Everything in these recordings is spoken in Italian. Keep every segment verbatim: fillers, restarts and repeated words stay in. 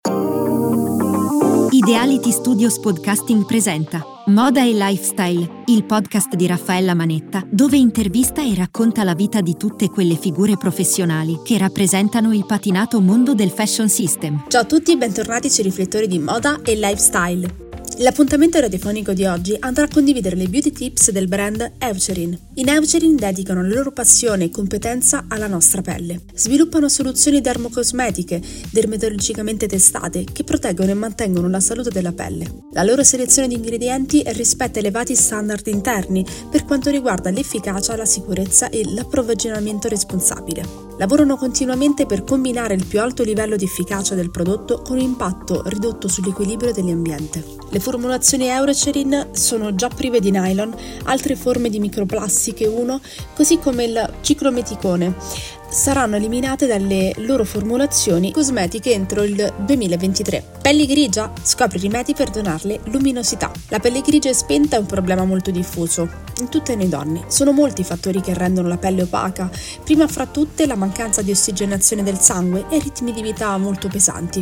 Ideality Studios Podcasting presenta Moda e Lifestyle, il podcast di Raffaella Manetta, dove intervista e racconta la vita di tutte quelle figure professionali che rappresentano il patinato mondo del fashion system. Ciao a tutti e bentornati sui riflettori di Moda e Lifestyle. L'appuntamento radiofonico di oggi andrà a condividere le beauty tips del brand Eucerin. In Eucerin dedicano la loro passione e competenza alla nostra pelle. Sviluppano soluzioni dermocosmetiche dermatologicamente testate che proteggono e mantengono la salute della pelle. La loro selezione di ingredienti rispetta elevati standard interni per quanto riguarda l'efficacia, la sicurezza e l'approvvigionamento responsabile. Lavorano continuamente per combinare il più alto livello di efficacia del prodotto con un impatto ridotto sull'equilibrio dell'ambiente. Le formulazioni Eucerin sono già prive di nylon, altre forme di microplastiche uno, così come il ciclometicone. Saranno eliminate dalle loro formulazioni cosmetiche entro il duemilaventitré. Pelli grigia? Scopri rimedi per donarle luminosità. La pelle grigia e spenta è un problema molto diffuso in tutte le donne. Sono molti i fattori che rendono la pelle opaca, prima fra tutte la mancanza di ossigenazione del sangue e ritmi di vita molto pesanti.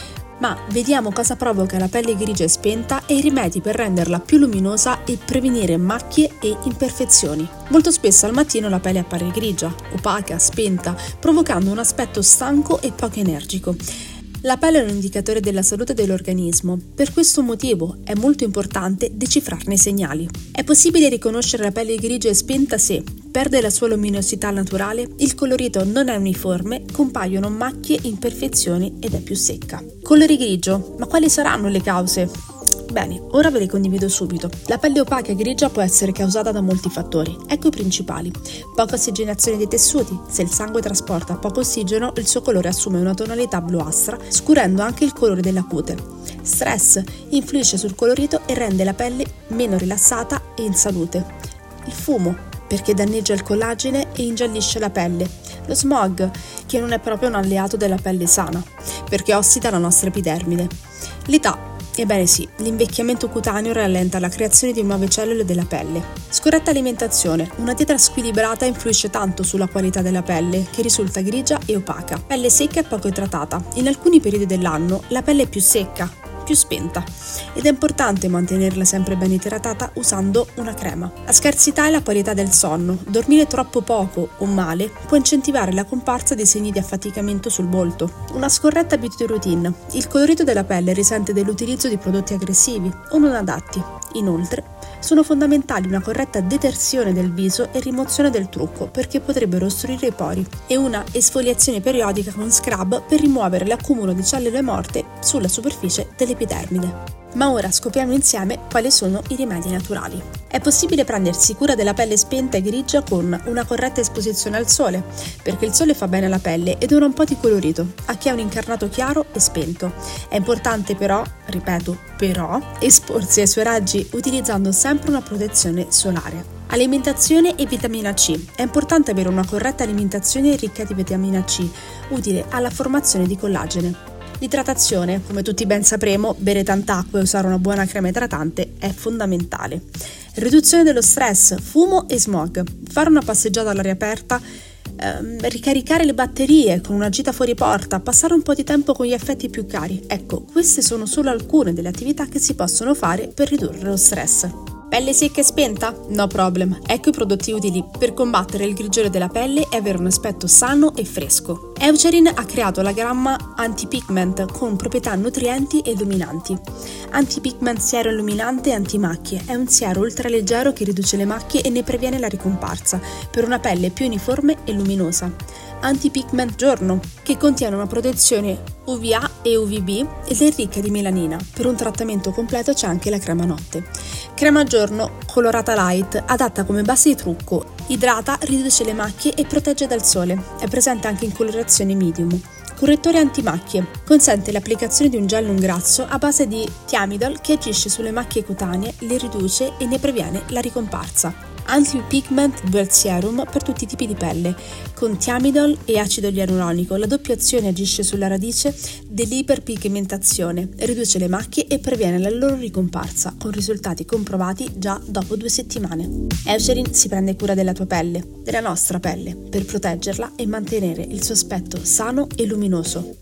Ma vediamo cosa provoca la pelle grigia e spenta e i rimedi per renderla più luminosa e prevenire macchie e imperfezioni. Molto spesso al mattino la pelle appare grigia, opaca, spenta, provocando un aspetto stanco e poco energico. La pelle è un indicatore della salute dell'organismo, per questo motivo è molto importante decifrarne i segnali. È possibile riconoscere la pelle grigia e spenta se perde la sua luminosità naturale, il colorito non è uniforme, compaiono macchie, imperfezioni ed è più secca. Colore grigio, ma quali saranno le cause? Bene, ora ve le condivido subito. La pelle opaca e grigia può essere causata da molti fattori. Ecco i principali. Poca ossigenazione dei tessuti. Se il sangue trasporta poco ossigeno, il suo colore assume una tonalità bluastra, scurendo anche il colore della cute. Stress. Influisce sul colorito e rende la pelle meno rilassata e in salute. Il fumo, perché danneggia il collagene e ingiallisce la pelle. Lo smog, che non è proprio un alleato della pelle sana, perché ossida la nostra epidermide. L'età. Ebbene sì, l'invecchiamento cutaneo rallenta la creazione di nuove cellule della pelle. Scorretta alimentazione. Una dieta squilibrata influisce tanto sulla qualità della pelle, che risulta grigia e opaca. Pelle secca e poco idratata. In alcuni periodi dell'anno la pelle è più secca, più spenta, ed è importante mantenerla sempre ben idratata usando una crema. La scarsità e la qualità del sonno. Dormire troppo poco o male può incentivare la comparsa di segni di affaticamento sul volto. Una scorretta beauty routine. Il colorito della pelle risente dell'utilizzo di prodotti aggressivi o non adatti. Inoltre, sono fondamentali una corretta detersione del viso e rimozione del trucco perché potrebbero ostruire i pori e una esfoliazione periodica con scrub per rimuovere l'accumulo di cellule morte sulla superficie dell'epidermide. Ma ora scopriamo insieme quali sono i rimedi naturali. È possibile prendersi cura della pelle spenta e grigia con una corretta esposizione al sole, perché il sole fa bene alla pelle e dona un po' di colorito a chi ha un incarnato chiaro e spento. È importante però, ripeto, però, esporsi ai suoi raggi utilizzando sempre una protezione solare. Alimentazione e vitamina C. È importante avere una corretta alimentazione ricca di vitamina C, utile alla formazione di collagene. L'idratazione, come tutti ben sapremo, bere tanta acqua e usare una buona crema idratante è fondamentale. Riduzione dello stress, fumo e smog. Fare una passeggiata all'aria aperta, ehm, ricaricare le batterie con una gita fuori porta, passare un po' di tempo con gli affetti più cari. Ecco, queste sono solo alcune delle attività che si possono fare per ridurre lo stress. Pelle secca e spenta? No problem. Ecco i prodotti utili per combattere il grigiore della pelle e avere un aspetto sano e fresco. Eucerin ha creato la gamma Anti-Pigment con proprietà nutrienti e illuminanti. Anti-Pigment siero illuminante e antimacchie. È un siero ultraleggero che riduce le macchie e ne previene la ricomparsa per una pelle più uniforme e luminosa. Anti-Pigment giorno, che contiene una protezione U V A e U V B ed è ricca di melanina. Per un trattamento completo c'è anche la crema notte. Crema giorno colorata light, adatta come base di trucco, idrata, riduce le macchie e protegge dal sole. È presente anche in colorazione medium. Correttore antimacchie. Consente l'applicazione di un gel non grasso a base di thiamidol che agisce sulle macchie cutanee, le riduce e ne previene la ricomparsa. Anti-Pigment Dual Serum per tutti i tipi di pelle. Con thiamidol e acido ialuronico la doppia azione agisce sulla radice dell'iperpigmentazione, riduce le macchie e previene la loro ricomparsa, con risultati comprovati già dopo due settimane. Eucerin si prende cura della tua pelle, della nostra pelle, per proteggerla e mantenere il suo aspetto sano e luminoso.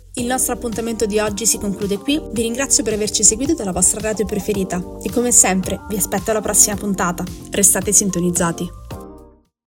Il nostro appuntamento di oggi si conclude qui, vi ringrazio per averci seguito dalla vostra radio preferita e come sempre vi aspetto alla prossima puntata. Restate sintonizzati.